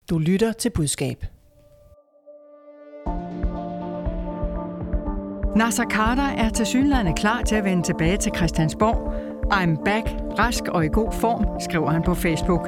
Du lytter til Budskab. Naser Khader er tilsyneladende klar til at vende tilbage til Christiansborg. I'm back, rask og i god form, skriver han på Facebook.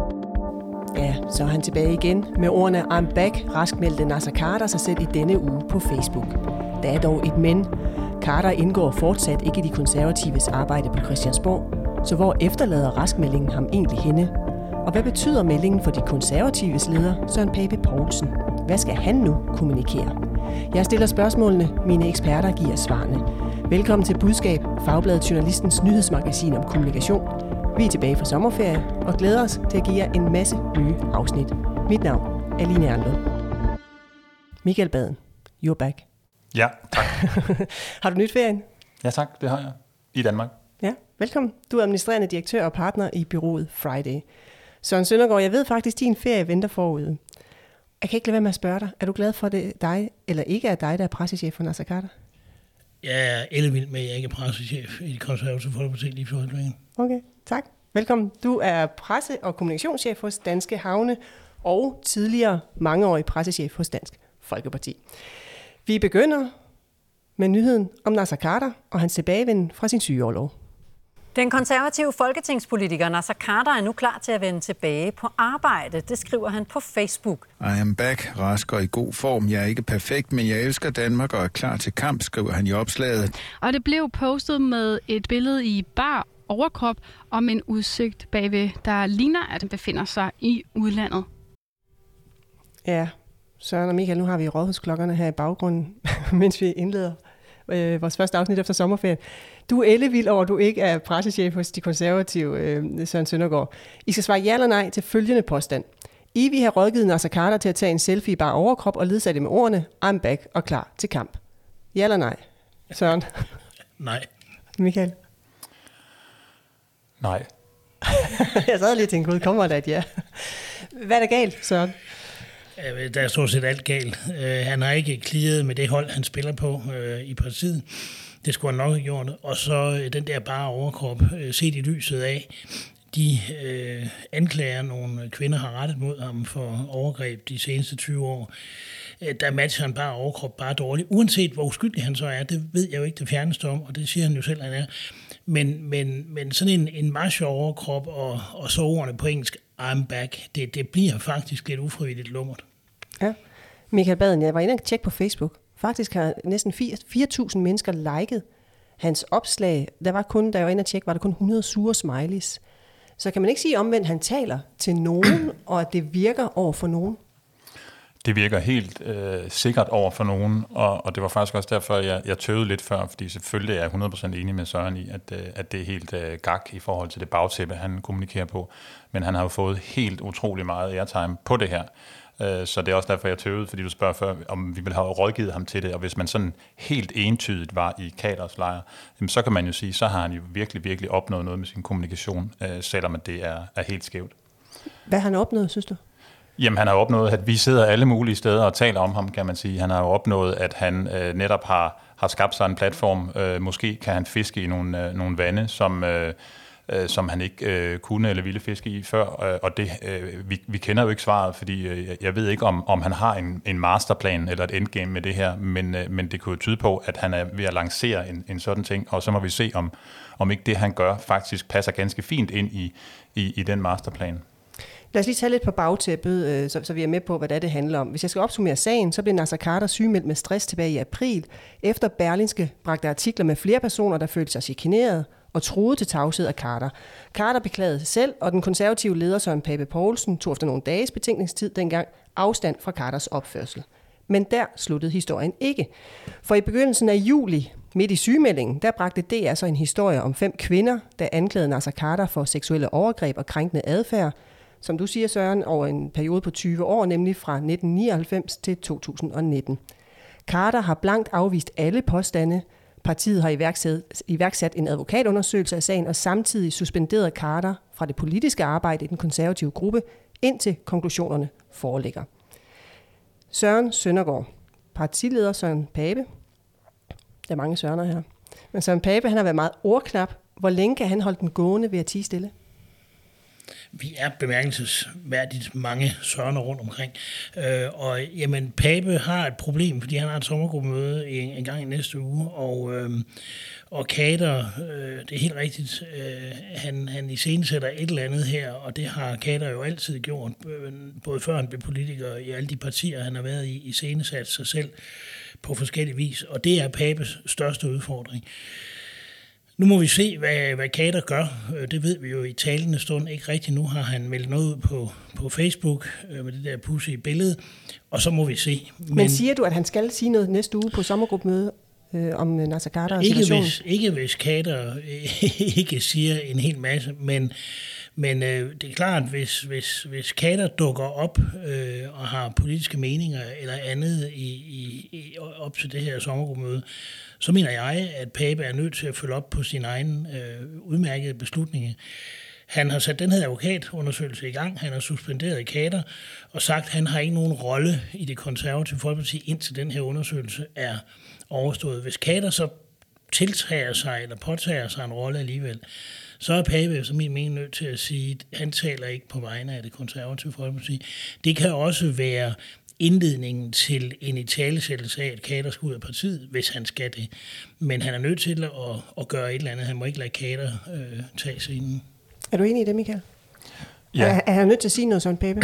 Ja, så er han tilbage igen. Med ordene I'm back, rask meldte Naser Khader sig selv i denne uge på Facebook. Der er dog et men. Khader indgår fortsat ikke i de konservatives arbejde på Christiansborg, så hvor efterlader raskmeldingen ham egentlig henne? Og hvad betyder meldingen for de konservatives leder, Søren Pape Poulsen? Hvad skal han nu kommunikere? Jeg stiller spørgsmålene, mine eksperter giver svarene. Velkommen til Budskab, Fagbladet Journalistens nyhedsmagasin om kommunikation. Vi er tilbage fra sommerferie og glæder os til at give jer en masse nye afsnit. Mit navn er Line Ernlund. Michael Baden, you're back. Ja, tak. Har du nyt ferien? Ja tak, det har jeg. I Danmark. Ja, velkommen. Du er administrerende direktør og partner i bureauet Friday. Søren Søndergaard, jeg ved faktisk, at din ferie venter forude. Jeg kan ikke lade være med at spørge dig. Er du glad for det dig, eller ikke er dig, der er pressechef for Naser Khader? Jeg er ellevild med, at jeg ikke er pressechef i det konservative Folkeparti lige for øjeblikket. Okay, tak. Velkommen. Du er presse- og kommunikationschef hos Danske Havne og tidligere mangeårig pressechef hos Dansk Folkeparti. Vi begynder med nyheden om Naser Khader og hans tilbagevenden fra sin sygeorlov. Den konservative folketingspolitiker Naser Khader er nu klar til at vende tilbage på arbejde. Det skriver han på Facebook. I am back, rask og i god form. Jeg er ikke perfekt, men jeg elsker Danmark og er klar til kamp, skriver han i opslaget. Og det blev postet med et billede i bar overkrop om en udsigt bagved, der ligner, at han befinder sig i udlandet. Ja, Søren og Michael, nu har vi rådhusklokkerne her i baggrunden, mens vi indleder vores første afsnit efter sommerferien. Du er ellevild over, at du ikke er pressechef hos de konservative, Søren Søndergaard. I skal svare ja eller nej til følgende påstand. I vil have rådgivet Naser Khader til at tage en selfie i bare overkrop og ledsage det med ordene I'm back og klar til kamp. Ja eller nej? Søren? Nej. Michael? Nej. Jeg sad lige og tænkte, kommer der et ja? Hvad er der galt, Søren? Der er stort set alt galt. Han har ikke clearet med det hold, han spiller på i partiet. Det skulle han nok have gjort. Og så den der bare overkrop, set i lyset af, de anklager nogle kvinder har rettet mod ham for overgreb de seneste 20 år. Der matcher han bare overkrop bare dårligt. Uanset hvor uskyldig han så er, det ved jeg jo ikke det fjerneste om, og det siger han jo selv, han er. Men sådan en macho overkrop og så ordene på engelsk, I'm back, det bliver faktisk lidt ufrivilligt lummert. Ja. Michael Baden, jeg var inde og tjekke på Facebook. Faktisk har næsten 4.000 mennesker liket hans opslag. Da jeg var inde og tjekke, var der kun 100 sure smileys. Så kan man ikke sige omvendt, at han taler til nogen, og at det virker over for nogen? Det virker helt sikkert over for nogen, og det var faktisk også derfor, jeg tøvede lidt før, fordi selvfølgelig er jeg 100% enig med Søren i, at det er helt gak i forhold til det bagtæppe, han kommunikerer på. Men han har jo fået helt utrolig meget airtime på det her. Så det er også derfor, jeg tøvede, fordi du spørger før, om vi vil have rådgivet ham til det. Og hvis man sådan helt entydigt var i Khaders lejr, så kan man jo sige, så har han jo virkelig, virkelig opnået noget med sin kommunikation, selvom det er helt skævt. Hvad har han opnået, synes du? Jamen, han har opnået, at vi sidder alle mulige steder og taler om ham, kan man sige. Han har jo opnået, at han netop har skabt sig en platform. Måske kan han fiske i nogle vande, som han ikke kunne eller ville fiske i før. Og det, vi kender jo ikke svaret, fordi jeg ved ikke, om han har en masterplan eller et endgame med det her, men det kunne jo tyde på, at han er ved at lancere en sådan ting, og så må vi se, om ikke det, han gør, faktisk passer ganske fint ind i den masterplan. Lad os lige tage lidt på bagtæppet, så vi er med på, hvad det handler om. Hvis jeg skal opsummere sagen, så blev Naser Khader sygemeldt med stress tilbage i april, efter Berlingske bragte artikler med flere personer, der følte sig chikaneret og truede til tavshed af Khader. Khader beklagede sig selv, og den konservative leder Søren Pape Poulsen tog efter nogle dages betænkningstid dengang afstand fra Khaders opførsel. Men der sluttede historien ikke. For i begyndelsen af juli, midt i sygemeldingen, der bragte DR så en historie om 5 kvinder, der anklagede Naser Khader for seksuelle overgreb og krænkende adfærd, som du siger, Søren, over en periode på 20 år, nemlig fra 1999 til 2019. Khader har blankt afvist alle påstande. Partiet har iværksat en advokatundersøgelse af sagen, og samtidig suspenderet Khader fra det politiske arbejde i den konservative gruppe, indtil konklusionerne foreligger. Søren Søndergaard, partileder Søren Pape. Der er mange Sørener her. Men Søren Pape, han har været meget ordknap. Hvor længe kan han holde den gående ved at tie stille? vi er bemærkelsesværdigt mange sørner rundt omkring. Og jamen, Pape har et problem, fordi han har et sommergruppemøde en gang i næste uge, og Kader, det er helt rigtigt, han iscenesætter et eller andet her, og det har Kader jo altid gjort, både før han blev politiker i alle de partier, han har været i, iscenesat sig selv på forskellige vis, og det er Papes største udfordring. Nu må vi se, hvad Kader gør. Det ved vi jo i talende stund ikke rigtigt. Nu har han meldt noget på Facebook med det der pussy billede, og så må vi se. Men siger du, at han skal sige noget næste uge på sommergruppemøde om Naser Khader og situationen? Ikke hvis Kader ikke siger en hel masse, men det er klart, hvis Kader dukker op og har politiske meninger eller andet op til det her sommergruppemøde, så mener jeg, at Pape er nødt til at følge op på sin egen udmærkede beslutninger. Han har sat den her advokatundersøgelse i gang, han har suspenderet Kader og sagt, at han har ikke nogen rolle i det konservative Folkeparti, indtil den her undersøgelse er overstået. Hvis Kader så tiltager sig eller påtager sig en rolle alligevel, så er Pape efter min mening nødt til at sige, at han taler ikke på vegne af det konservative Folkeparti. Det kan også være indledningen til en italesættelse af, at Kader skal ud af partiet, hvis han skal det. Men han er nødt til at gøre et eller andet. Han må ikke lade Kader tage scenen. Er du enig i det, Michael? Ja. Er han nødt til at sige noget sådan, Pape?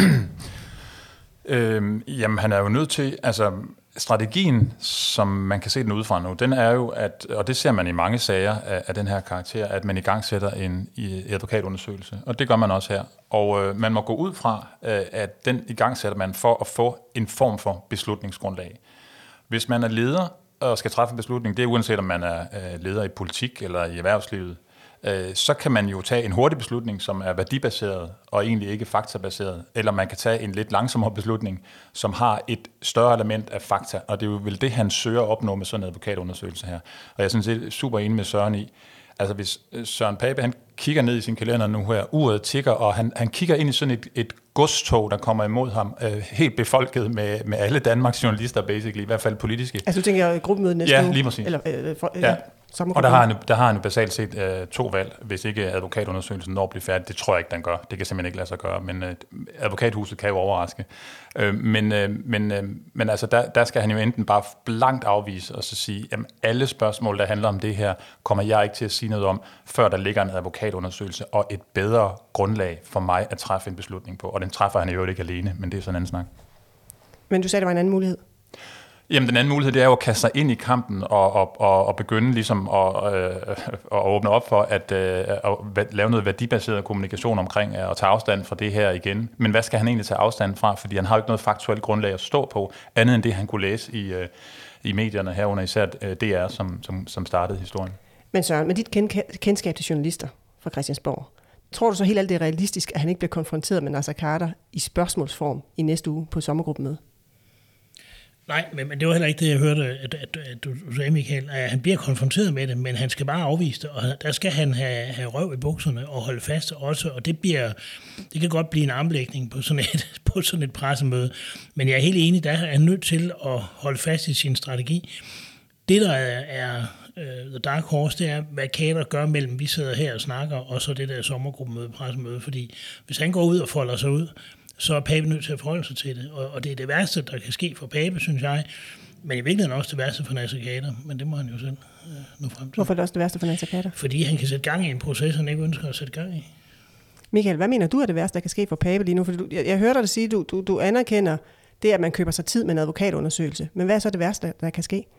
Jamen, han er jo nødt til, altså strategien, som man kan se den udefra nu, den er jo, at, og det ser man i mange sager af den her karakter, at man i gang sætter en advokatundersøgelse, og det gør man også her. Og man må gå ud fra, at den i gang sætter man for at få en form for beslutningsgrundlag. Hvis man er leder og skal træffe en beslutning, det er uanset om man er leder i politik eller i erhvervslivet, så kan man jo tage en hurtig beslutning, som er værdibaseret og egentlig ikke faktabaseret, eller man kan tage en lidt langsommere beslutning, som har et større element af fakta, og det er jo vel det, han søger at opnå med sådan en advokatundersøgelse her. Og jeg synes, det er super enig med Søren i, altså hvis Søren Pape, han kigger ned i sin kalender nu her, uret tikker, og han kigger ind i sådan et godstog, der kommer imod ham, helt befolket med alle Danmarks journalister, basically, i hvert fald politiske. Altså du tænker gruppemødet næste uge? Ja, lige præcis. Ja. Og der har han jo basalt set 2 valg, hvis ikke advokatundersøgelsen når at blive færdig. Det tror jeg ikke, den gør. Det kan simpelthen ikke lade sig gøre, men advokathuset kan jo overraske. Men altså, der skal han jo enten bare blankt afvise og så sige, at alle spørgsmål, der handler om det her, kommer jeg ikke til at sige noget om, før der ligger en advokatundersøgelse og et bedre grundlag for mig at træffe en beslutning på. Og den træffer han jo ikke alene, men det er sådan en anden snak. Men du sagde, der var en anden mulighed? Jamen, den anden mulighed, det er jo at kaste sig ind i kampen og begynde ligesom at åbne op for at lave noget værdibaseret kommunikation omkring at tage afstand fra det her igen. Men hvad skal han egentlig tage afstand fra? Fordi han har jo ikke noget faktuelt grundlag at stå på, andet end det, han kunne læse i medierne herunder, især DR, som startede historien. Men Søren, med dit kendskab til journalister fra Christiansborg, tror du så helt alt det er realistisk, at han ikke bliver konfronteret med Naser Khader i spørgsmålsform i næste uge på sommergruppemøde? Nej, men det var heller ikke det, jeg hørte, at du sagde, Michael. Han bliver konfronteret med det, men han skal bare afvise det, og der skal han have røv i bukserne og holde fast også, og det kan godt blive en armlægning på sådan et pressemøde. Men jeg er helt enig, der er han nødt til at holde fast i sin strategi. Det, der er the dark horse, det er, hvad Kader gør mellem, vi sidder her og snakker, og så det der sommergruppemøde, pressemøde, fordi hvis han går ud og folder sig ud, så er Pape nødt til at forholde sig til det. Og det er det værste, der kan ske for Pape, synes jeg. Men i virkeligheden også det værste for Naser Khader. Men det må han jo selv nå frem til. Hvorfor er det også det værste for Naser Khader? Fordi han kan sætte gang i en proces, han ikke ønsker at sætte gang i. Michael, hvad mener du er det værste, der kan ske for Pape lige nu? For jeg hørte dig sige, du anerkender det, at man køber sig tid med en advokatundersøgelse. Men hvad er så det værste, der kan ske?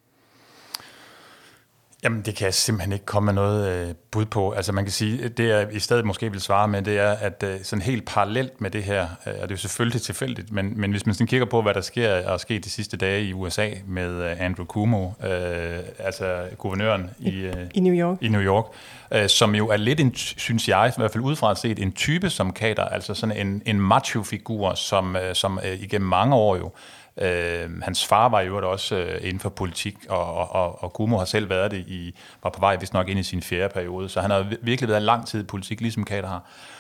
Jamen, det kan jeg simpelthen ikke komme med noget bud på. Altså, man kan sige, det jeg i stedet måske vil svare med, det er, at sådan helt parallelt med det her, og det er jo selvfølgelig tilfældigt, men hvis man sådan kigger på, hvad der sker og er sket de sidste dage i USA med Andrew Cuomo, altså guvernøren i New York, som jo er lidt synes jeg, i hvert fald udefra set, en type som Khader, altså sådan en macho-figur, som igennem mange år jo, hans far var jo også inden for politik, og Cuomo har selv været det var på vej vist nok ind i sin 4. periode, så han har virkelig været lang tid i politik, ligesom Khader har.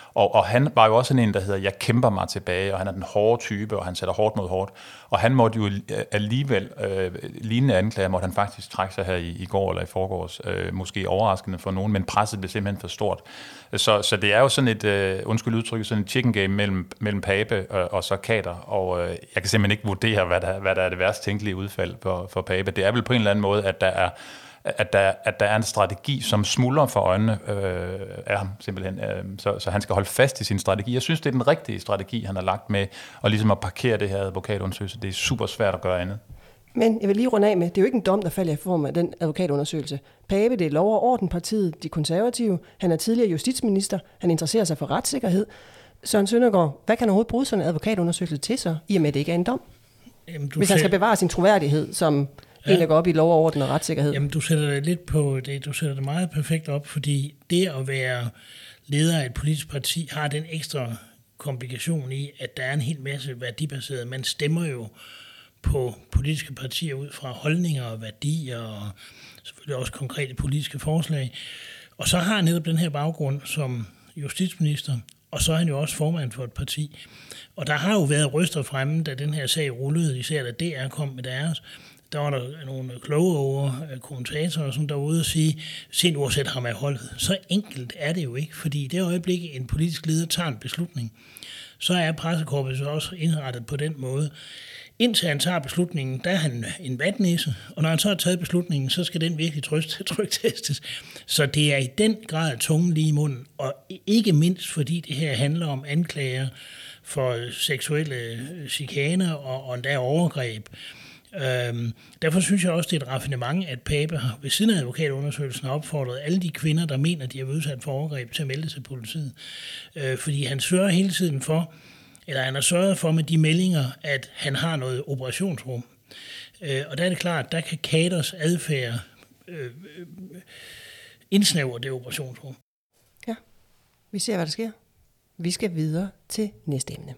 Og han var jo også sådan en, der hedder, jeg kæmper mig tilbage, og han er den hårde type, og han sætter hårdt mod hårdt. Og han måtte jo alligevel, lignende anklager, måtte han faktisk trække sig her i går eller i forgårs. Måske overraskende for nogen, men presset blev simpelthen for stort. Så det er jo sådan et, undskyld udtrykket, sådan et chicken game mellem Pape og så Kader. Og jeg kan simpelthen ikke vurdere, hvad der er det værst tænkelige udfald for Pape. Det er vel på en eller anden måde, at der er en strategi, som smuldrer for øjnene af ham simpelthen. Så han skal holde fast i sin strategi. Jeg synes, det er den rigtige strategi, han har lagt med, og ligesom at parkere det her advokatundersøgelse. Det er super svært at gøre andet. Men jeg vil lige runde af med, det er jo ikke en dom, der falder i form af den advokatundersøgelse. Pape, det er Lov- og Ordenpartiet, de konservative. Han er tidligere justitsminister. Han interesserer sig for retssikkerhed. Søren Søndergaard, hvad kan han overhovedet bruge sådan en advokatundersøgelse til så, i og med, at det ikke er en dom? Jamen, hvis han skal bevare sin troværdighed som en, der går op i lov og orden og retssikkerhed. Jamen, du sætter det lidt på det. Du sætter det meget perfekt op, fordi det at være leder af et politisk parti har den ekstra komplikation i, at der er en hel masse værdibaseret. Man stemmer jo på politiske partier ud fra holdninger og værdier og selvfølgelig også konkrete politiske forslag. Og så har han netop den her baggrund som justitsminister, og så er han jo også formand for et parti. Og der har jo været røster fremme, da den her sag rullede, især da DR kom med deres. Der var der nogle kloge over kommentatorer, som der var ude og sige, se nu at sætte ham af holdet. Så enkelt er det jo ikke, fordi i det øjeblik, en politisk leder tager en beslutning, så er pressekorpset også indrettet på den måde. Indtil han tager beslutningen, der er han en vatnisse, og når han så har taget beslutningen, så skal den virkelig tryktestes. Så det er i den grad tungen lige i munden, og ikke mindst fordi det her handler om anklager for seksuelle chikaner og endda overgreb. Derfor synes jeg også, det er et raffinement, at Pape har ved siden af advokatundersøgelsen har opfordret alle de kvinder, der mener, at de er udsat for overgreb, til at melde til politiet. Fordi han sørger hele tiden for, eller han har sørget for med de meldinger, at han har noget operationsrum. Og der er det klart, der kan Kaders adfærd indsnævre det operationsrum. Ja, vi ser, hvad der sker. Vi skal videre til næste emne.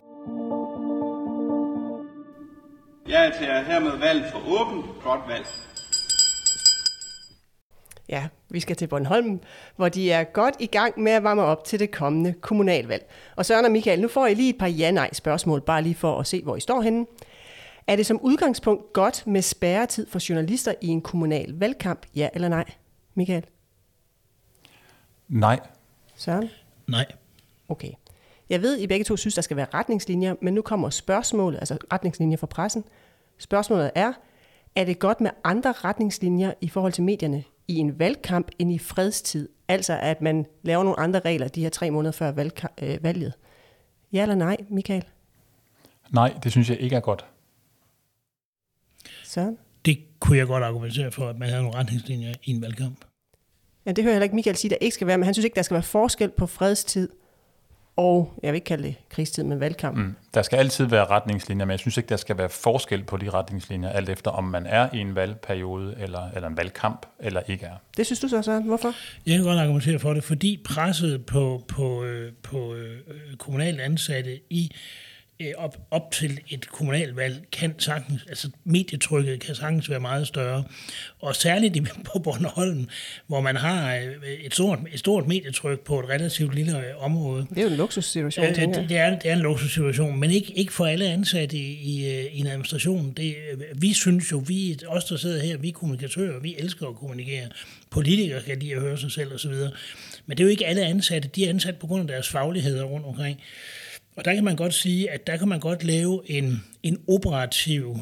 Jeg erklærer hermed valget for åbent. Godt valg. Ja, vi skal til Bornholm, hvor de er godt i gang med at varme op til det kommende kommunalvalg. Og Søren og Michael, nu får I lige et par ja-nej-spørgsmål, bare lige for at se, hvor I står henne. Er det som udgangspunkt godt med spærretid for journalister i en kommunal valgkamp? Ja eller nej? Michael? Nej. Søren? Nej. Okay. Jeg ved, I begge to synes, der skal være retningslinjer, men nu kommer spørgsmålet, altså retningslinjer for pressen. Spørgsmålet er det godt med andre retningslinjer i forhold til medierne i en valgkamp end i fredstid? Altså at man laver nogle andre regler de her 3 måneder før valget. Ja eller nej, Michael? Nej, det synes jeg ikke er godt. Søren? Det kunne jeg godt argumentere for, at man havde nogle retningslinjer i en valgkamp. Ja, det hører jeg heller ikke Michael sige, der ikke skal være, men han synes ikke, der skal være forskel på fredstid og, jeg vil ikke kalde det krigstid, men valgkamp. Der skal altid være retningslinjer, men jeg synes ikke, der skal være forskel på de retningslinjer, alt efter om man er i en valgperiode, eller en valgkamp, eller ikke er. Det synes du så, Søren? Hvorfor? Jeg kan godt argumentere for det, fordi presset på kommunalt ansatte op til et kommunalvalg kan sagtens, altså medietrykket kan sagtens være meget større. Og særligt på Bornholm, hvor man har et stort medietryk på et relativt lille område. Det er jo en luksussituation, det er en luksussituation, men ikke for alle ansatte i en administration. Vi synes jo, os der sidder her, vi er kommunikatører, vi elsker at kommunikere. Politikere kan lide at høre sig selv osv. Men det er jo ikke alle ansatte. De er ansat på grund af deres fagligheder rundt omkring. Og der kan man godt sige, at der kan man godt lave en operativ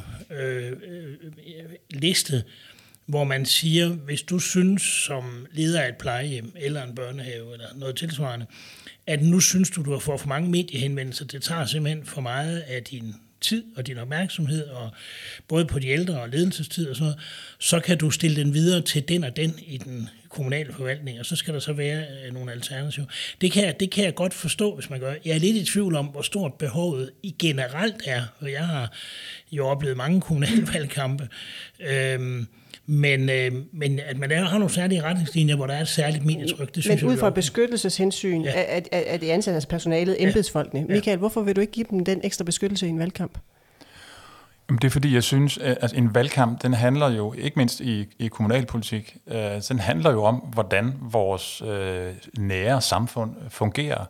liste, hvor man siger, hvis du synes som leder af et plejehjem eller en børnehave eller noget tilsvarende, at nu synes du har fået for mange mediehenvendelser, det tager simpelthen for meget af din tid og din opmærksomhed, og både på de ældre og ledelsestid og sådan noget, så kan du stille den videre til den og den i den kommunale forvaltning, og så skal der så være nogle alternativer. Det kan jeg godt forstå, hvis man gør. Jeg er lidt i tvivl om, hvor stort behovet i generelt er, og jeg har jo oplevet mange kommunale valgkampe, men at man har nogle særlige retningslinjer, hvor der er et særligt medietryk, det synes jeg. Men ud fra beskyttelseshensyn af det ansatte personalet, embedsfolkene. Michael, hvorfor vil du ikke give dem den ekstra beskyttelse i en valgkamp? Det er fordi, jeg synes, at en valgkamp, den handler jo, ikke mindst i kommunalpolitik, den handler jo om, hvordan vores nære samfund fungerer.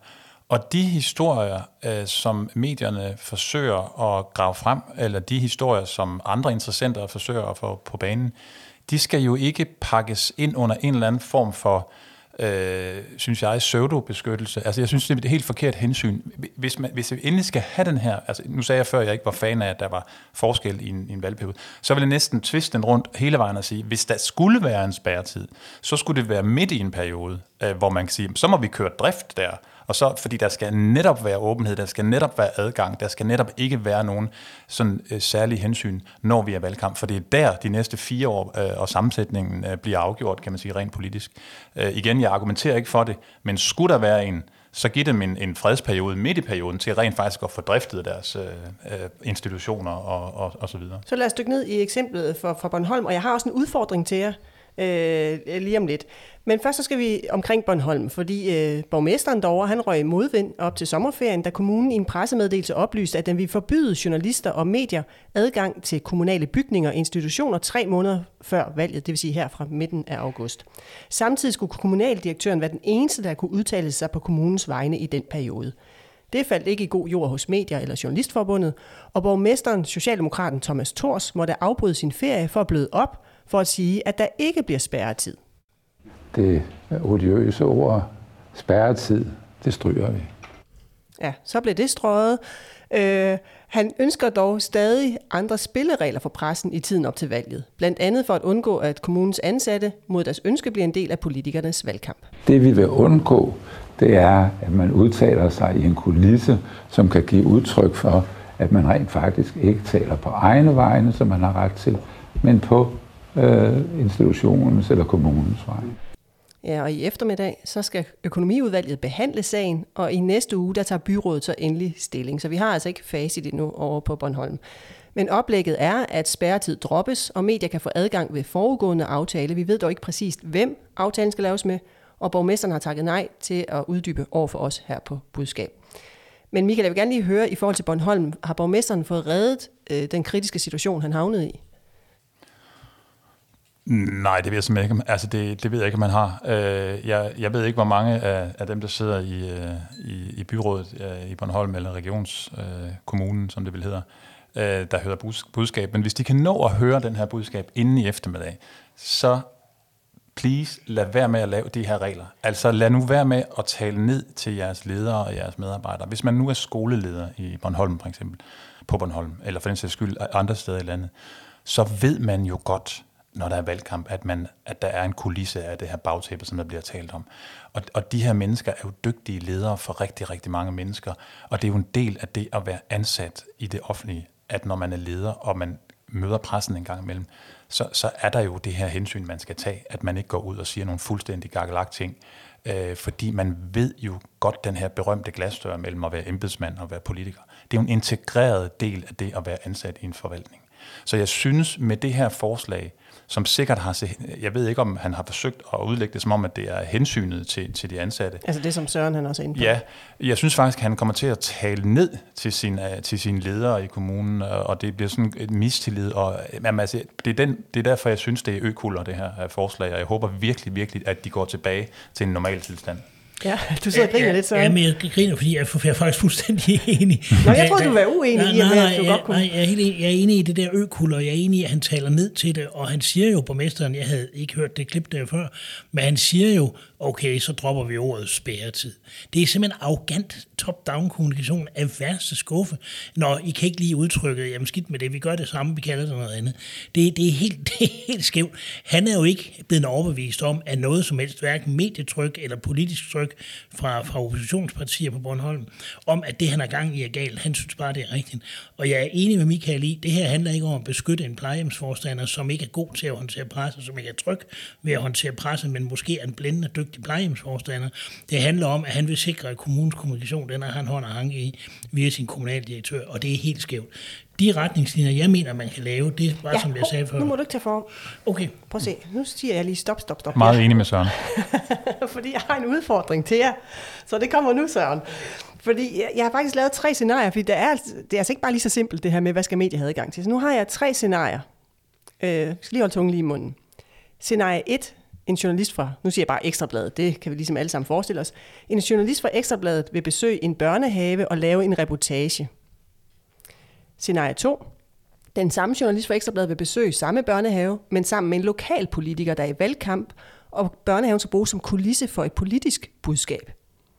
Og de historier, som medierne forsøger at grave frem, eller de historier, som andre interessenter forsøger at få på banen, de skal jo ikke pakkes ind under en eller anden form for, synes jeg, pseudobeskyttelse. Altså jeg synes, det er et helt forkert hensyn. Hvis vi endelig skal have den her, altså nu sagde jeg før, at jeg ikke var fan af, at der var forskel i en valgperiode, så vil jeg næsten tviste den rundt hele vejen og sige, hvis der skulle være en spærretid, så skulle det være midt i en periode, hvor man kan sige, så må vi køre drift der. Og så, fordi der skal netop være åbenhed, der skal netop være adgang, der skal netop ikke være nogen sådan særlige hensyn, når vi er valgkamp. For det er der, de næste 4 år og sammensætningen bliver afgjort, kan man sige, rent politisk. Igen, jeg argumenterer ikke for det, men skulle der være en, så giv dem en fredsperiode midt i perioden til rent faktisk at få driftet deres institutioner og så videre. Så lad os dykke ned i eksemplet fra Bornholm, og jeg har også en udfordring til jer lige om lidt. Men først så skal vi omkring Bornholm, fordi borgmesteren derovre, han røg i modvind op til sommerferien, da kommunen i en pressemeddelelse oplyste, at den ville forbyde journalister og medier adgang til kommunale bygninger og institutioner 3 måneder før valget, det vil sige her fra midten af august. Samtidig skulle kommunaldirektøren være den eneste, der kunne udtale sig på kommunens vegne i den periode. Det faldt ikke i god jord hos Medier- eller Journalistforbundet, og borgmesteren, socialdemokraten Thomas Thors, måtte afbryde sin ferie for at bløde op, for at sige, at der ikke bliver spærretid. Det odiøse ord, spærretid, det stryger vi. Ja, så blev det strøget. Han ønsker dog stadig andre spilleregler for pressen i tiden op til valget. Blandt andet for at undgå, at kommunens ansatte mod deres ønske bliver en del af politikernes valgkamp. Det vi vil undgå, det er, at man udtaler sig i en kulisse, som kan give udtryk for, at man rent faktisk ikke taler på egne vegne, som man har ret til, men på institutionens eller kommunens vegne. Ja, og i eftermiddag, så skal økonomiudvalget behandle sagen, og i næste uge, der tager byrådet så endelig stilling. Så vi har altså ikke facit endnu over på Bornholm. Men oplægget er, at spærretid droppes, og medier kan få adgang ved forudgående aftale. Vi ved dog ikke præcist, hvem aftalen skal laves med, og borgmesteren har takket nej til at uddybe over for os her på Budskab. Men Michael, jeg vil gerne lige høre, i forhold til Bornholm, har borgmesteren fået reddet den kritiske situation, han havnede i? Nej, det ved jeg simpelthen ikke. Altså det ved jeg ikke, om man har. Jeg ved ikke, hvor mange af dem, der sidder i byrådet i Bornholm eller regionskommunen, som det vil hedder, der hører budskab. Men hvis de kan nå at høre den her budskab inden i eftermiddag, så please lad være med at lave de her regler. Altså lad nu være med at tale ned til jeres ledere og jeres medarbejdere. Hvis man nu er skoleleder i Bornholm for eksempel, på Bornholm, eller for den sags skyld andre steder i landet, så ved man jo godt, når der er valgkamp, at der er en kulisse af det her bagtæppe, som der bliver talt om. Og de her mennesker er jo dygtige ledere for rigtig, rigtig mange mennesker, og det er jo en del af det at være ansat i det offentlige, at når man er leder, og man møder pressen en gang imellem, så er der jo det her hensyn, man skal tage, at man ikke går ud og siger nogle fuldstændig gakkelagt ting, fordi man ved jo godt den her berømte glasdør mellem at være embedsmand og være politiker. Det er jo en integreret del af det at være ansat i en forvaltning. Så jeg synes med det her forslag, som sikkert har, jeg ved ikke om han har forsøgt at udlægge det som om, at det er hensynet til de ansatte. Altså det som Søren han også er inde på. Ja, jeg synes faktisk, at han kommer til at tale ned til sine ledere i kommunen, og det bliver sådan et mistillid. Og, altså, det er derfor, jeg synes, det er økuller, det her forslag, og jeg håber virkelig, virkelig, at de går tilbage til en normal tilstand. Ja, du sidder og griner lidt, Søren. Ja, men jeg griner, fordi jeg er faktisk fuldstændig enig. Nå, jeg troede, du var uenig i, at du godt kunne. Nej, jeg er enig i det der økuller, jeg er enig i, at han taler ned til det, og han siger jo, borgmesteren, jeg havde ikke hørt det klip der før, men han siger jo, okay, så dropper vi ordet spærretid. Det er simpelthen arrogant top-down kommunikation af værste skuffe, når I kan ikke lige udtrykket, jamen skidt med det, vi gør det samme, vi kalder det noget andet. Det er helt skævt. Han er jo ikke blevet overbevist om, at noget som helst, hverken medietryk eller politisk tryk fra oppositionspartier på Bornholm, om at det, han er gang i, er galt. Han synes bare, det er rigtigt. Og jeg er enig med Michael i, det her handler ikke om at beskytte en plejehjemsforstander, som ikke er god til at håndtere presse, som ikke er tryg ved at håndtere presse, men måske er en blændende dygtig plejehjemsforstander. Det handler om, at han vil sikre, at kommunens kommunikation, den har han hånd og hanke i via sin kommunaldirektør, og det er helt skævt. De retningslinjer, jeg mener, man kan lave, det er bare ja, som jeg sagde før. Nu må du ikke tage for. Okay. Prøv at se, nu siger jeg lige stop. Meget enig med Søren. Fordi jeg har en udfordring til jer. Så det kommer nu, Søren. Fordi jeg har faktisk lavet 3 scenarier, fordi det er altså ikke bare lige så simpelt, det her med, hvad skal medier have adgang til. Så nu har jeg 3 scenarier. Jeg skal lige holde tungen lige i munden. Scenarie 1, en journalist fra, nu siger jeg bare Ekstrabladet, det kan vi ligesom alle sammen forestille os, en journalist fra Ekstrabladet vil besøge en børnehave og lave en reportage. Scenarie 2. Den samme journalist fra Ekstrabladet vil besøge samme børnehave, men sammen med en lokal politiker, der er i valgkamp, og børnehaven skal bruges som kulisse for et politisk budskab.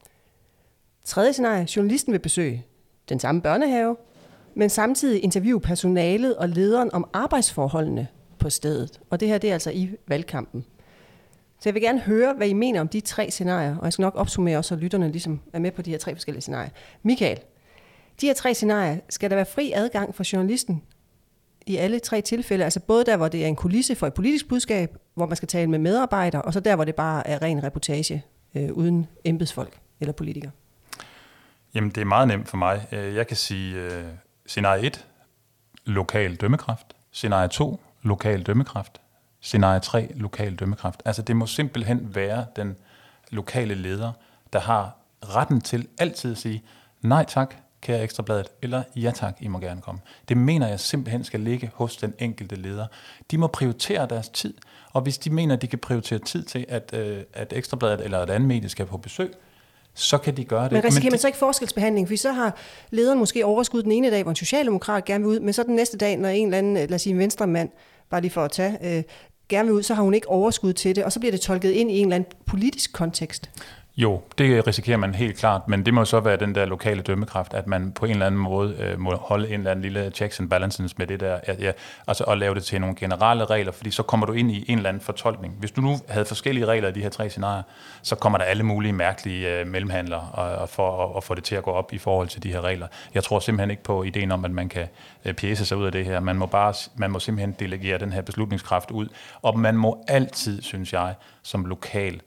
Tredje scenarie. Journalisten vil besøge den samme børnehave, men samtidig interviewe personalet og lederen om arbejdsforholdene på stedet. Og det her, det er altså i valgkampen. Så jeg vil gerne høre, hvad I mener om de 3 scenarier, og jeg skal nok opsummere også, så lytterne ligesom er med på de her 3 forskellige scenarier. Michael, de her 3 scenarier, skal der være fri adgang for journalisten i alle 3 tilfælde? Altså både der, hvor det er en kulisse for et politisk budskab, hvor man skal tale med medarbejdere, og så der, hvor det bare er ren reportage uden embedsfolk eller politikere. Jamen, det er meget nemt for mig. Jeg kan sige scenarie 1, lokal dømmekraft. Scenarie 2, lokal dømmekraft. Scenarie 3, lokal dømmekraft. Altså, det må simpelthen være den lokale leder, der har retten til altid at sige, nej tak, kære Ekstrabladet, eller ja tak, I må gerne komme. Det mener jeg simpelthen skal ligge hos den enkelte leder. De må prioritere deres tid, og hvis de mener, at de kan prioritere tid til, at Ekstrabladet eller et andet medie skal på besøg, så kan de gøre det. Men risikerer man så ikke forskelsbehandling? For så har lederen måske overskud den ene dag, hvor en socialdemokrat gerne vil ud, men så den næste dag, når en eller anden, lad os sige en venstremand, bare lige for at tage, gerne vil ud, så har hun ikke overskud til det, og så bliver det tolket ind i en eller anden politisk kontekst. Jo, det risikerer man helt klart, men det må så være den der lokale dømmekraft, at man på en eller anden måde må holde en eller anden lille checks and balances med det der, altså at lave det til nogle generelle regler, fordi så kommer du ind i en eller anden fortolkning. Hvis du nu havde forskellige regler i de her 3 scenarier, så kommer der alle mulige mærkelige mellemhandlere for at få det til at gå op i forhold til de her regler. Jeg tror simpelthen ikke på ideen om, at man kan pjæse sig ud af det her. Man må simpelthen delegere den her beslutningskraft ud, og man må altid, synes jeg, som lokal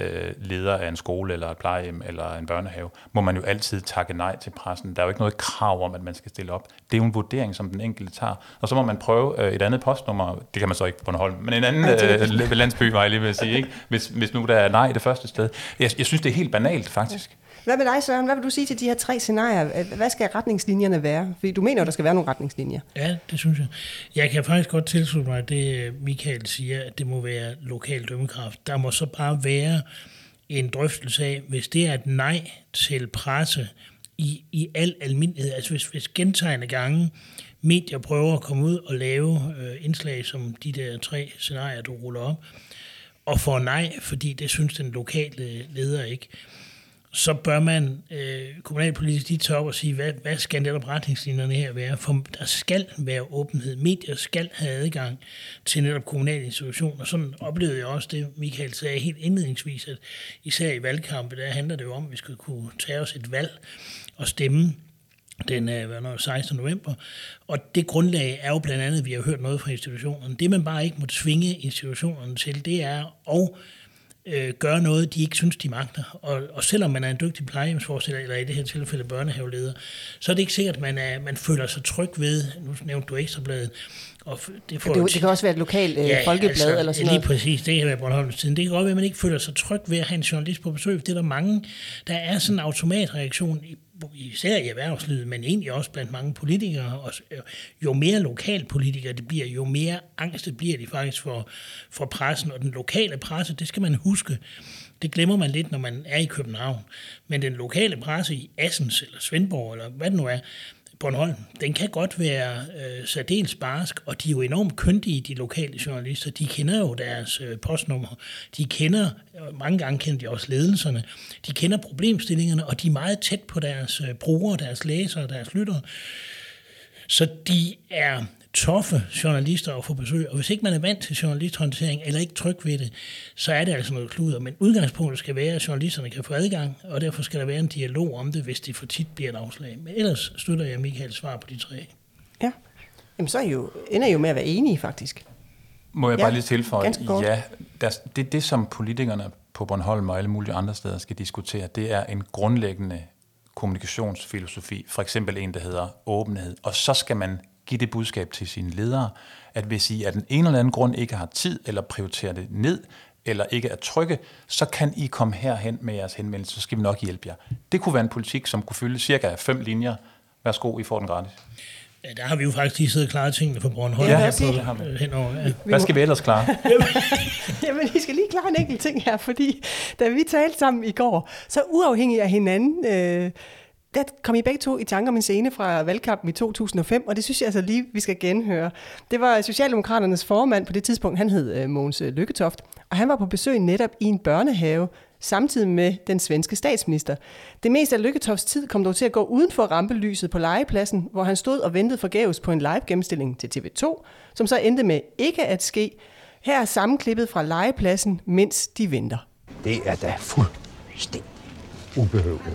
leder af en skole eller et plejehjem eller en børnehave, må man jo altid takke nej til pressen. Der er jo ikke noget krav om, at man skal stille op. Det er jo en vurdering, som den enkelte tager. Og så må man prøve et andet postnummer, det kan man så ikke på Bornholm, men en anden landsby, var jeg lige ved at sige, ikke? Hvis nu der er nej det første sted. Jeg synes, det er helt banalt, faktisk. Hvad med dig, Søren? Hvad vil du sige til de her 3 scenarier? Hvad skal retningslinjerne være? Fordi du mener jo, der skal være nogle retningslinjer. Ja, det synes jeg. Jeg kan faktisk godt tilslutte mig det, Michael siger, at det må være lokal dømmekraft. Der må så bare være en drøftelse af, hvis det er et nej til presse i al almindelighed, altså hvis gentagne gange medier prøver at komme ud og lave indslag som de der 3 scenarier, du ruller op, og får nej, fordi det synes den lokale leder ikke, så bør man kommunalpolitisk lige tage op og sige, hvad skal netop retningslinjerne her være? For der skal være åbenhed. Medier skal have adgang til netop kommunale institutioner. Sådan oplevede jeg også det, Michael sagde helt indledningsvis, at især i valgkampe, der handler det jo om, at vi skal kunne tage os et valg og stemme den 16. november. Og det grundlag er jo blandt andet, at vi har hørt noget fra institutionerne. Det man bare ikke må tvinge institutionerne til, det er at gøre noget, de ikke synes, de magter. Og selvom man er en dygtig plejehjemsforstander, eller i det her tilfælde børnehaveleder, så er det ikke sikkert, at man føler sig tryg ved, nu nævnte du Ekstrabladet, og det kan også være et lokalt folkeblad altså, eller sådan noget. Lige præcis, det kan være Bornholms Tidende. Det kan godt være, at man ikke føler sig tryg ved at have en journalist på besøg. Det er der mange, der er sådan en automatreaktion, især i erhvervslivet, men egentlig også blandt mange politikere. Og jo mere lokalpolitikere det bliver, jo mere angst bliver de faktisk for pressen. Og den lokale presse, det skal man huske. Det glemmer man lidt, når man er i København. Men den lokale presse i Assens eller Svendborg, eller hvad det nu er, Bornholm, den kan godt være særdeles barsk, og de er jo enormt kyndige, de lokale journalister. De kender jo deres postnummer. De kender, mange gange kender de også ledelserne. De kender problemstillingerne, og de er meget tæt på deres brugere, deres læsere, deres lyttere. Så de er toffe journalister at få besøg, og hvis ikke man er vant til journalisthåndtering eller ikke tryg ved det, så er det altså noget kluder. Men udgangspunktet skal være, at journalisterne kan få adgang, og derfor skal der være en dialog om det, hvis det for tit bliver et afslag. Men ellers støtter jeg Michaels svar på de 3. Ja, jamen så ender I jo med at være enige faktisk. Må jeg bare lige tilføje? Ja, det som politikerne på Bornholm og alle mulige andre steder skal diskutere, det er en grundlæggende kommunikationsfilosofi. For eksempel en, der hedder åbenhed. Og så skal man give det budskab til sine ledere, at hvis I af den ene eller anden grund ikke har tid, eller prioriterer det ned, eller ikke er trygge, så kan I komme herhen med jeres henvendelse, så skal vi nok hjælpe jer. Det kunne være en politik, som kunne fylde cirka 5 linjer. Værsgo, I får den gratis. Ja, der har vi jo faktisk lige siddet og klaret tingene for Bornholm henover. Ja. Hvad skal vi ellers klare? Jamen, vi skal lige klare en enkelt ting her, fordi da vi talte sammen i går, så uafhængig af hinanden, der kom I begge to i tanke om en scene fra valgkampen i 2005, og det synes jeg altså lige, vi skal genhøre. Det var Socialdemokraternes formand på det tidspunkt, han hed Mogens Lykketoft, og han var på besøg netop i en børnehave, samtidig med den svenske statsminister. Det meste af Lykketofts tid kom dog til at gå uden for rampelyset på legepladsen, hvor han stod og ventede forgæves på en live-gennemstilling til TV2, som så endte med ikke at ske. Her er sammenklippet fra legepladsen, mens de venter. Det er da fuldstændig ubehøveligt.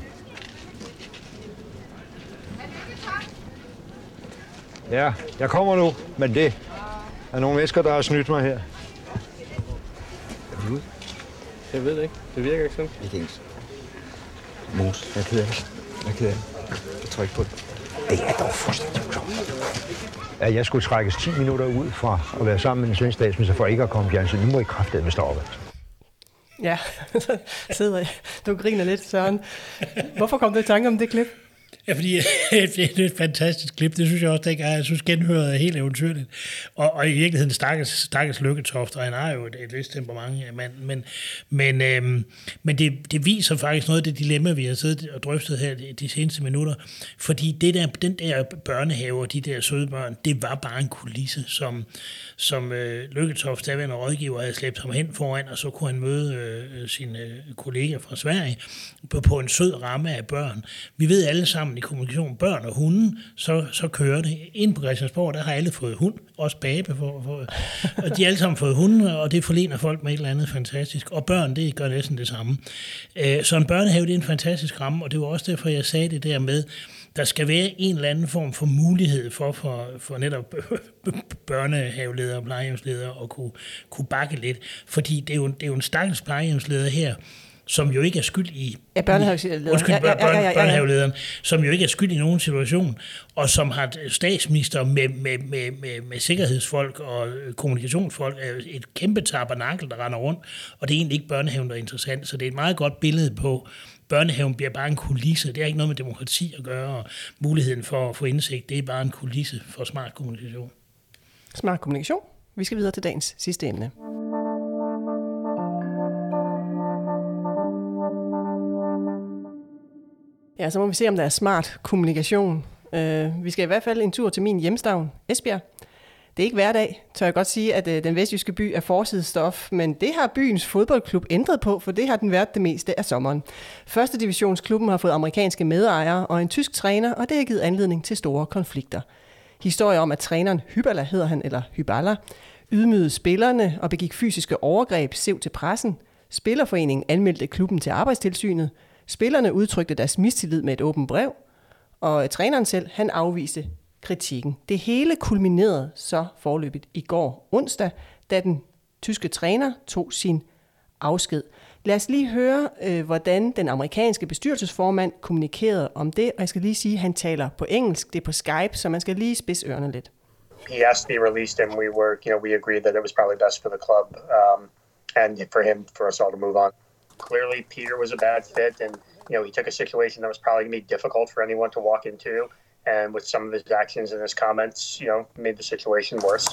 Ja, jeg kommer nu, men det er nogle mennesker, der har snydt mig her. Er du ude? Jeg ved det ikke. Det virker ikke sådan. Ikke ens. Mos, jeg er ked af det. Jeg er ked af det. Jeg tror ikke på det. Det er dog fuldstændig sjovt. At jeg skulle trækkes 10 minutter ud fra at være sammen med en svensk statsminister for ikke at komme fjernsyn. Nu må I kraftedeme stoppe. Ja, så sidder jeg. Du griner lidt, Søren. Hvorfor kom du i tanke om det klip? Ja, fordi det er et fantastisk klip. Det synes jeg også, jeg synes genhøret er helt eventyrligt. Og i virkeligheden stakkels Lykketoft, og han har jo et vist temperament, men det viser faktisk noget af det dilemma, vi har siddet og drøftet her de seneste minutter. Fordi den der børnehave og de der søde børn, det var bare en kulisse, som Lykketofts daværende rådgiver havde slæbt ham hen foran, og så kunne han møde sine kolleger fra Sverige på en sød ramme af børn. Vi ved alle sammen i kommunikation, børn og hunden, så kører det. Inde på Christiansborg, der har alle fået hund, også babe, og de har alle sammen fået hunde, og det forlener folk med et eller andet fantastisk. Og børn, det gør næsten det samme. Så en børnehave, det er en fantastisk ramme, og det var også derfor, jeg sagde det der med, der skal være en eller anden form for mulighed for netop børnehaveledere og plejehjemsledere at kunne bakke lidt. Fordi det er jo en stakkels plejehjemsleder her, som jo ikke er skyld i... Ja, børnehavelederen, som jo ikke er skyld i nogen situation, og som har statsminister med sikkerhedsfolk og kommunikationsfolk, et kæmpe tabernakel, der render rundt, og det er egentlig ikke børnehaven, der er interessant. Så det er et meget godt billede på, børnehaven bliver bare en kulisse. Det er ikke noget med demokrati at gøre, og muligheden for at få indsigt, det er bare en kulisse for smart kommunikation. Smart kommunikation. Vi skal videre til dagens sidste emne. Ja, så må vi se, om der er smart kommunikation. Vi skal i hvert fald en tur til min hjemstavn, Esbjerg. Det er ikke hverdag, tør jeg godt sige, at den vestjyske by er forsidestof, men det har byens fodboldklub ændret på, for det har den været det meste af sommeren. Første divisionsklubben har fået amerikanske medejere og en tysk træner, og det har givet anledning til store konflikter. Historier om, at træneren Hyballa, hedder han, eller Hyballa, ydmygede spillerne og begik fysiske overgreb, sev til pressen. Spillerforeningen anmeldte klubben til Arbejdstilsynet. Spillerne udtrykte deres mistillid med et åbent brev, og træneren selv, han afviste kritikken. Det hele kulminerede så forløbigt i går onsdag, da den tyske træner tog sin afsked. Lad os lige høre, hvordan den amerikanske bestyrelsesformand kommunikerede om det, og jeg skal lige sige, at han taler på engelsk, det er på Skype, så man skal lige spidse ørerne lidt. He asked to be released, and we agreed that it was probably best for the club, and for him, for us all to move on. Clearly, Peter was a bad fit, and he took a situation that was probably going to be difficult for anyone to walk into, and with some of his actions and his comments, made the situation worse.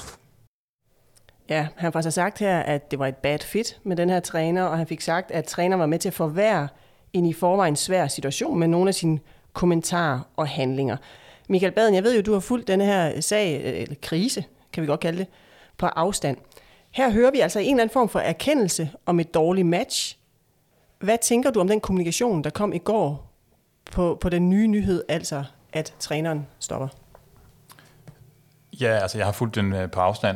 Ja, han har faktisk sagt her, at det var et bad fit med den her træner, og han fik sagt, at træneren var med til at forværre en i forvejen svær situation med nogle af sine kommentarer og handlinger. Michael Baden, jeg ved jo, du har fulgt denne her sag, eller krise, kan vi godt kalde det, på afstand. Her hører vi altså en eller anden form for erkendelse om et dårligt match. Hvad tænker du om den kommunikation, der kom i går på den nye nyhed, altså at træneren stopper? Ja, altså jeg har fulgt den på afstand,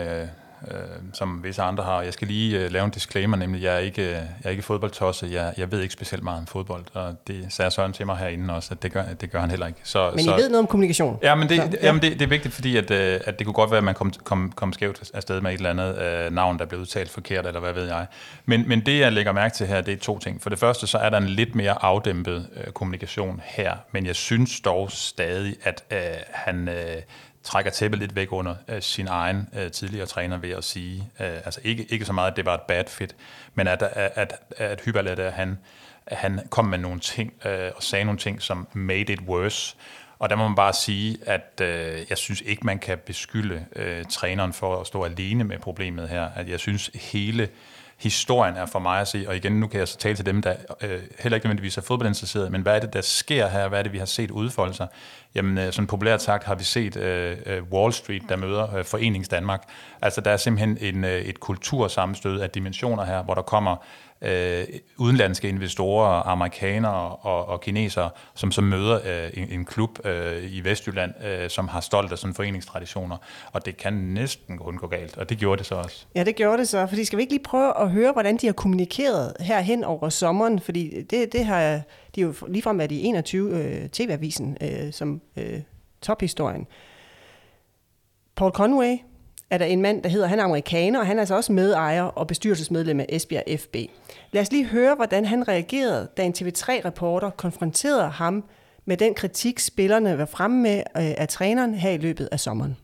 som visse andre har. Jeg skal lige lave en disclaimer, nemlig jeg er ikke fodboldtosse. Jeg ved ikke specielt meget om fodbold, og det sagde Søren til mig herinde også, at det gør han heller ikke. Men I ved noget om kommunikation? Ja, men det er vigtigt, fordi at det kunne godt være, at man kom skævt afsted med et eller andet navn, der blev udtalt forkert, eller hvad ved jeg. Men det, jeg lægger mærke til her, det er to ting. For det første, så er der en lidt mere afdæmpet kommunikation her, men jeg synes dog stadig, at han... trækker tæppet lidt væk under sin egen tidligere træner ved at sige, altså ikke så meget, at det var et bad fit, men at Hyballa, han kom med nogle ting og sagde nogle ting, som made it worse. Og der må man bare sige, at jeg synes ikke, man kan beskylde træneren for at stå alene med problemet her. At jeg synes, hele historien er for mig at se, og igen, nu kan jeg så tale til dem, der heller ikke nødvendigvis er fodboldinteresserede, men hvad er det, der sker her? Hvad er det, vi har set udfolde sig? Jamen, sådan populært sagt har vi set Wall Street, der møder Forenings Danmark. Altså, der er simpelthen et kultursammenstød af dimensioner her, hvor der kommer udenlandske investorer, amerikanere og kinesere, som så møder en klub i Vestjylland, som har stolt af sådan foreningstraditioner. Og det kan næsten kun gå galt, og det gjorde det så også. Ja, det gjorde det så. Fordi skal vi ikke lige prøve at høre, hvordan de har kommunikeret herhen over sommeren? Fordi det har de jo ligefrem været i 21 TV-avisen som tophistorien. Paul Conway er der en mand, der hedder, han er amerikaner, og han er altså også medejer og bestyrelsesmedlem af Esbjerg FB. Lad os lige høre, hvordan han reagerede, da en TV3-reporter konfronterede ham med den kritik, spillerne var fremme med af træneren her i løbet af sommeren.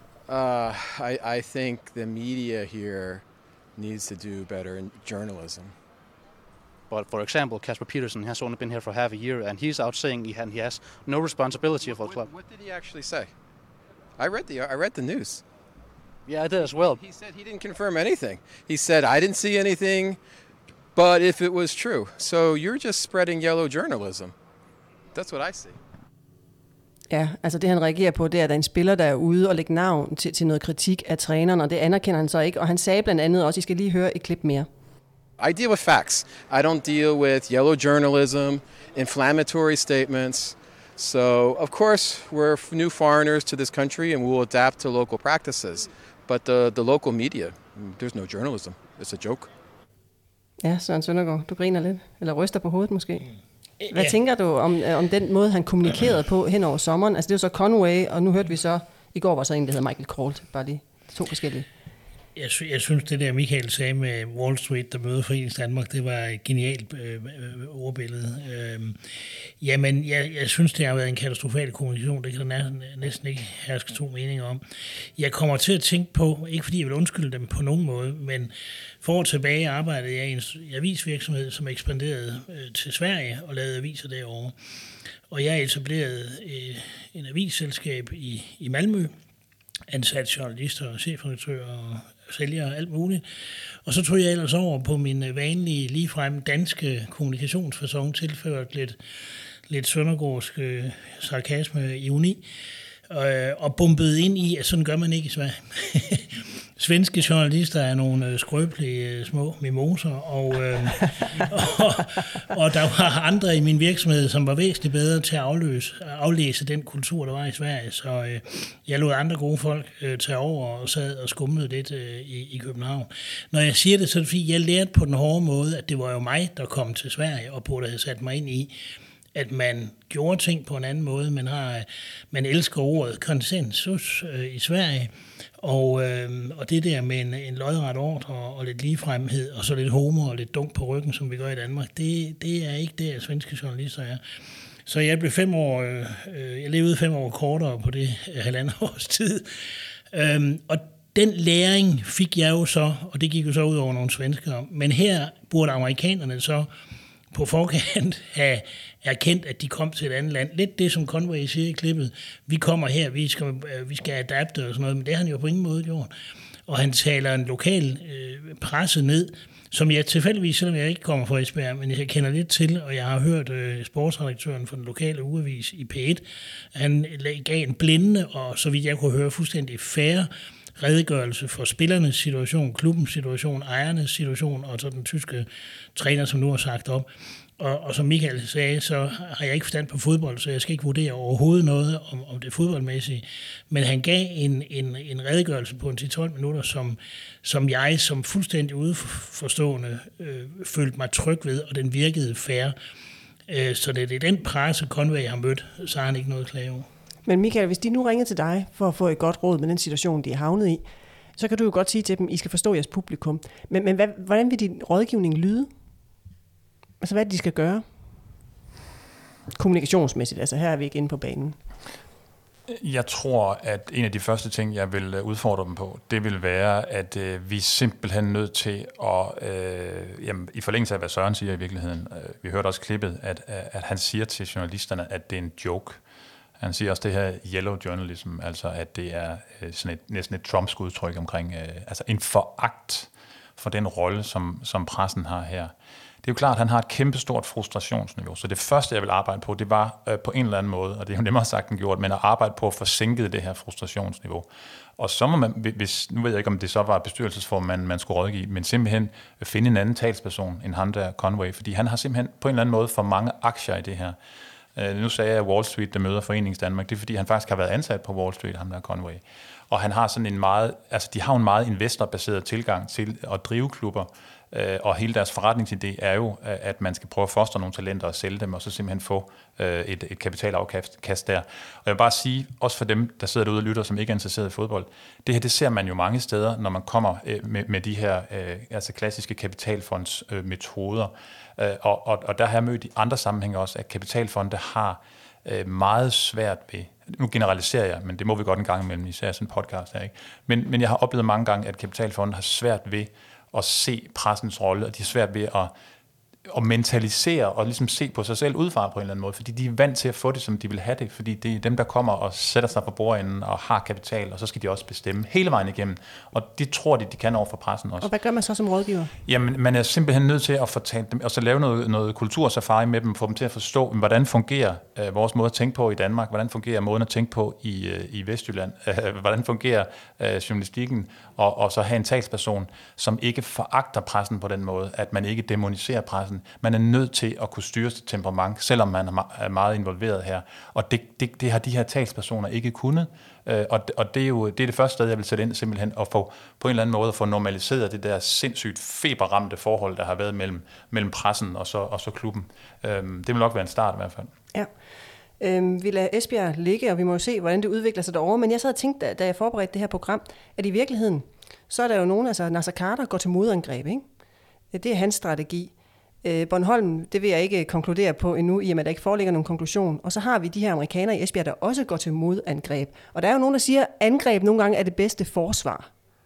I think the media here needs to do better in journalism. But for example, Kasper Petersen has only been here for half a year, and he's out saying he has no responsibility for the club. What did he actually say? I read the news. Yeah, I did as well. He said he didn't confirm anything. He said, I didn't see anything, but if it was true. So you're just spreading yellow journalism. That's what I see. Ja, altså det han reagerer på, det er, at der er en spiller, der er ude og lægge navn til noget kritik af træneren, og det anerkender han så ikke. Og han sagde blandt andet også, I skal lige høre et klip mere. I deal with facts. I don't deal with yellow journalism, inflammatory statements. So, of course, we're new foreigners to this country and we'll adapt to local practices. But the local media, there's no journalism. It's a joke. Ja, Søren Søndergaard, du griner lidt, eller ryster på hovedet måske. Hvad tænker du om den måde, han kommunikerede på hen over sommeren? Altså det er jo så Conway, og nu hørte vi så, i går var så en, der hedder Michael Kralt, bare lige 2 forskellige. Jeg synes, det der Michael sagde med Wall Street, der møder Forenings Danmark, det var et genialt ordbillede. Jamen, jeg synes, det har været en katastrofal kommunikation. Det kan der næsten ikke herske 2 meninger om. Jeg kommer til at tænke på, ikke fordi jeg vil undskylde dem på nogen måde, men for år tilbage arbejdede jeg i en avisvirksomhed, som ekspanderede til Sverige og lavede aviser derovre. Og jeg etablerede en avisselskab i Malmø, ansat journalister og chefredaktører og sælgere og alt muligt. Og så tog jeg ellers over på min vanlige, ligefrem danske kommunikationsfacon, tilført lidt søndergårdsk sarkasme, ironi, og bumpede ind i, at sådan gør man ikke i Sverige. Svenske journalister er nogle skrøbelige små mimoser, og der var andre i min virksomhed, som var væsentligt bedre til at aflæse den kultur, der var i Sverige. Så jeg lod andre gode folk tage over og sad og skummede lidt i København. Når jeg siger det, så er det fordi, jeg lærte på den hårde måde, at det var jo mig, der kom til Sverige og burde have sat mig ind i, at man gjorde ting på en anden måde. Man elsker ordet konsensus i Sverige, og det der med en lodret ordre og lidt ligefremhed, og så lidt humor og lidt dunk på ryggen, som vi gør i Danmark, det er ikke det, svenske journalister er. Så jeg blev 5 år, jeg levede 5 år kortere på det 1,5 års tid. Og den læring fik jeg jo så, og det gik jo så ud over nogle svenskere. Men her burde amerikanerne så på forkant have erkendt, at de kom til et andet land. Lidt det, som Conway siger i klippet. Vi kommer her, vi skal adapte og sådan noget, men det har han jo på ingen måde gjort. Og han taler en lokal presse ned, som jeg tilfældigvis, selvom jeg ikke kommer fra Esbjerg, men jeg kender lidt til, og jeg har hørt sportsredaktøren for den lokale ugeavis i P1, han gav en blinde, og så vidt jeg kunne høre, fuldstændig fair redegørelse for spillernes situation, klubbens situation, ejernes situation, og så den tyske træner, som nu har sagt op. Og som Michael sagde, så har jeg ikke forstand på fodbold, så jeg skal ikke vurdere overhovedet noget om det fodboldmæssige. Men han gav en redegørelse på 10-12 minutter, som jeg som fuldstændig udeforstående følte mig tryg ved, og den virkede fair. Så det er den presse, Conway har mødt, så har han ikke noget at klage over. Men Michael, hvis de nu ringer til dig for at få et godt råd med den situation, de er havnet i, så kan du jo godt sige til dem, I skal forstå jeres publikum. Men hvordan vil din rådgivning lyde? Altså, hvad er det, de skal gøre? Kommunikationsmæssigt, altså her er vi ikke inde på banen. Jeg tror, at en af de første ting, jeg vil udfordre dem på, det vil være, at vi simpelthen er nødt til at, i forlængelse af, hvad Søren siger i virkeligheden, vi hørte også klippet, at han siger til journalisterne, at det er en joke. Han siger også det her yellow journalism, altså at det er næsten et Trumpsk udtryk omkring altså en foragt for den rolle, som pressen har her. Det er jo klart, at han har et kæmpestort frustrationsniveau, så det første, jeg vil arbejde på, det var på en eller anden måde, og det er jo nemmere sagt end gjort, men at arbejde på at få sænket det her frustrationsniveau. Og så må man, nu ved jeg ikke, om det så var bestyrelsesformand, man skulle rådgive, men simpelthen finde en anden talsperson end ham der Conway, fordi han har simpelthen på en eller anden måde for mange aktier i det her. Nu sagde jeg, at Wall Street, der møder Forenings Danmark, det er fordi, han faktisk har været ansat på Wall Street, ham der Conway. Og han har sådan en meget, altså de har en meget investorbaseret tilgang til at drive klubber, og hele deres forretningsidé er jo, at man skal prøve at fostre nogle talenter og sælge dem, og så simpelthen få et kapitalafkast der. Og jeg vil bare sige, også for dem, der sidder derude og lytter, som ikke er interesseret i fodbold, det her, det ser man jo mange steder, når man kommer med de her altså klassiske kapitalfondsmetoder. Og der har jeg mødt i andre sammenhænge også, at kapitalfonde har meget svært ved, nu generaliserer jeg, men det må vi godt en gang imellem, især sådan en podcast her, ikke? Men jeg har oplevet mange gange, at kapitalfonde har svært ved at se pressens rolle, og de er svært ved at mentalisere og ligesom se på sig selv udefra på en eller anden måde, fordi de er vant til at få det, som de vil have det, fordi det er dem, der kommer og sætter sig på bordenden og har kapital, og så skal de også bestemme hele vejen igennem, og det tror de kan over for pressen også. Og hvad gør man så som rådgiver? Jamen, man er simpelthen nødt til at fortælle dem, og så lave noget kultursafari med dem, få dem til at forstå, hvordan fungerer vores måde at tænke på i Danmark, hvordan fungerer måden at tænke på i Vestjylland, hvordan fungerer journalistikken, og så have en talsperson, som ikke foragter pressen på den måde, at man ikke demoniserer pressen. Man er nødt til at kunne styre sit temperament, selvom man er meget involveret her. Og det har de her talspersoner ikke kunnet. Og det er jo det første sted, jeg vil sætte ind simpelthen, og få på en eller anden måde at få normaliseret det der sindssygt feberramte forhold, der har været mellem pressen og så klubben. Det vil nok være en start i hvert fald. Ja. Vi lader Esbjerg ligge, og vi må jo se, hvordan det udvikler sig derovre. Men jeg sad og tænkte, da jeg forberedte det her program, at i virkeligheden, så er der jo nogen, altså Naser Khader går til modangreb, ikke? Det er hans strategi. Bornholm, det vil jeg ikke konkludere på endnu, i og med, at der ikke foreligger nogen konklusion. Og så har vi de her amerikanere i Esbjerg, der også går til modangreb. Og der er jo nogen, der siger, at angreb nogle gange er det bedste forsvar.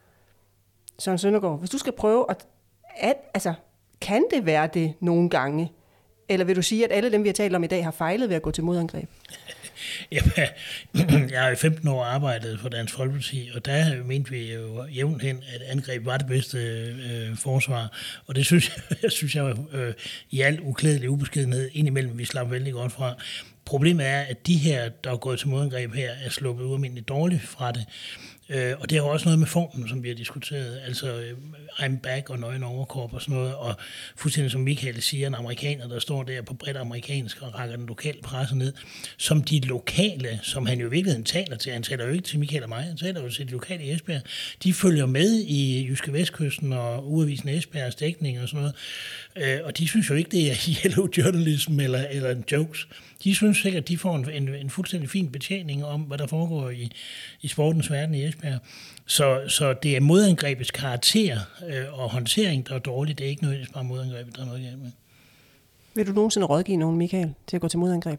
Søren Søndergaard, hvis du skal prøve altså, kan det være det nogle gange? Eller vil du sige, at alle dem, vi har talt om i dag, har fejlet ved at gå til modangreb? Jamen, jeg har i 15 år arbejdet for Dansk Folkeparti, og der mente vi jo jævnt hen, at angreb var det bedste forsvar. Og det synes jeg i al uklædelig ubeskedenhed indimellem, vi slapper vældig godt fra. Problemet er, at de her, der er gået til modangreb her, er sluppet ualmindeligt dårligt fra det. Og det er jo også noget med formen, som vi har diskuteret, altså I'm back og nøgen overkrop og sådan noget, og fuldstændig som Michael siger, en amerikaner, der står der på bredt amerikansk og rækker den lokale presse ned, som de lokale, som han jo i virkeligheden taler til, han taler jo ikke til Michael og mig, han taler jo til de lokale i Esbjerg, de følger med i Jyske Vestkysten og Ugeavisen Esbjergs dækning og sådan noget, og de synes jo ikke, det er yellow journalism eller en jokes. De synes sikkert, at de får en fuldstændig fin betjening om, hvad der foregår i sportens verden i Esbjerg. Så det er modangrebets karakter og håndtering, der er dårligt. Det er ikke nødvendigvis bare modangrebet, der er noget galt med. Vil du nogensinde rådgive nogen, Michael, til at gå til modangreb?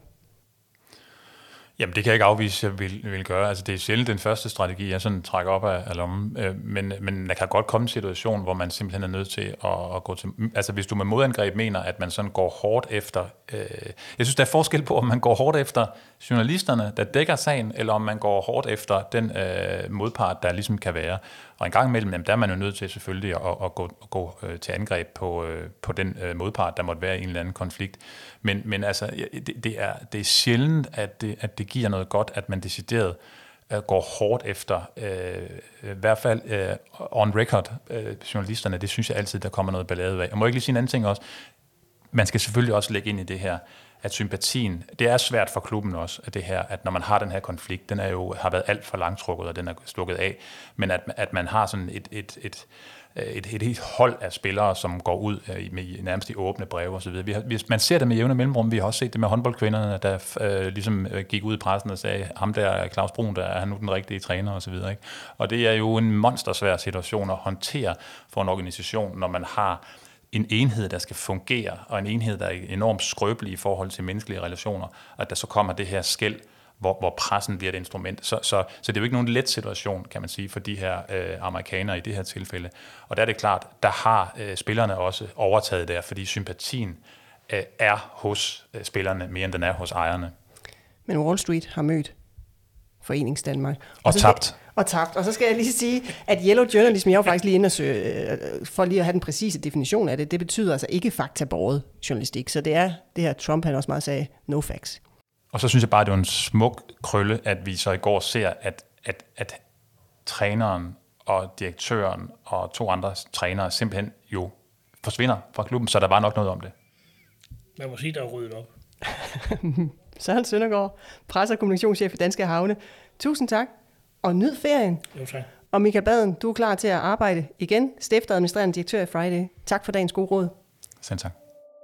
Jamen, det kan jeg ikke afvise, jeg vil gøre. Altså, det er sjældent den første strategi, jeg sådan trækker op af lommen. Men der kan godt komme en situation, hvor man simpelthen er nødt til at gå til... Altså, hvis du med modangreb mener, at man sådan går hårdt efter... Jeg synes, der er forskel på, om man går hårdt efter journalisterne, der dækker sagen, eller om man går hårdt efter den modpart, der ligesom kan være. Og en gang imellem, der er man jo nødt til selvfølgelig at gå til angreb på den modpart, der måtte være i en eller anden konflikt. Men altså, det er sjældent, at det giver noget godt, at man decideret går hårdt efter, i hvert fald on record, journalisterne. Det synes jeg altid, der kommer noget ballade af. Jeg må ikke lige sige en anden ting også. Man skal selvfølgelig også lægge ind i det her, at sympatien, det er svært for klubben også, at det her, at når man har den her konflikt, den har været alt for langtrukket, og den er stukket af, men at man har sådan et helt hold af spillere, som går ud med nærmest i åbne breve og så videre. Man ser det med jævne mellemrum. Vi har også set det med håndboldkvinderne, der ligesom gik ud i pressen og sagde, ham der, Claus Brun, der er han nu den rigtige træner og så videre. Ikke? Og det er jo en monstersvær situation at håndtere for en organisation, når man har en enhed, der skal fungere, og en enhed, der er enormt skrøbelig i forhold til menneskelige relationer, at der så kommer det her skel, hvor pressen bliver et instrument. Så det er jo ikke nogen let situation, kan man sige, for de her amerikanere i det her tilfælde. Og der er det klart, der har spillerne også overtaget der, fordi sympatien er hos spillerne mere end den er hos ejerne. Men Wall Street har mødt Forenings Danmark. Og tabt. Og så skal jeg lige sige, at yellow journalism, jeg er jo faktisk lige inde og søge, for lige at have den præcise definition af det, det betyder altså ikke faktabåret journalistik. Så det er det her, Trump han også meget sagde, no facts. Og så synes jeg bare, det er en smuk krølle, at vi så i går ser, at træneren og direktøren og 2 andre trænere simpelthen jo forsvinder fra klubben, så der var nok noget om det. Man må sige, der er ryddet op. Søren Søndergaard, presse- og kommunikationschef i Danske Havne. Tusind tak, og nyd ferien. Jo, tak. Og Michael Baden, du er klar til at arbejde igen, stifter og administrerende direktør i Friday. Tak for dagens gode råd. Selv tak.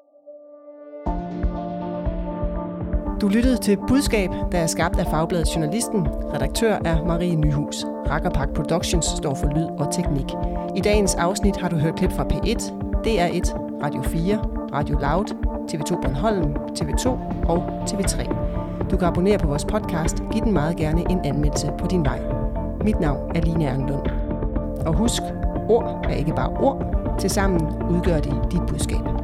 Du lyttede til Budskab, der er skabt af Fagbladet Journalisten. Redaktør er Marie Nyhus. Rakkerpak Productions står for lyd og teknik. I dagens afsnit har du hørt klip fra P1, DR1, Radio 4, Radio Loud, TV2 Bornholm, TV2 og TV3. Du kan abonnere på vores podcast. Giv den meget gerne en anmeldelse på din vej. Mit navn er Line Ernlund. Og husk, ord er ikke bare ord. Tilsammen udgør de dit budskab.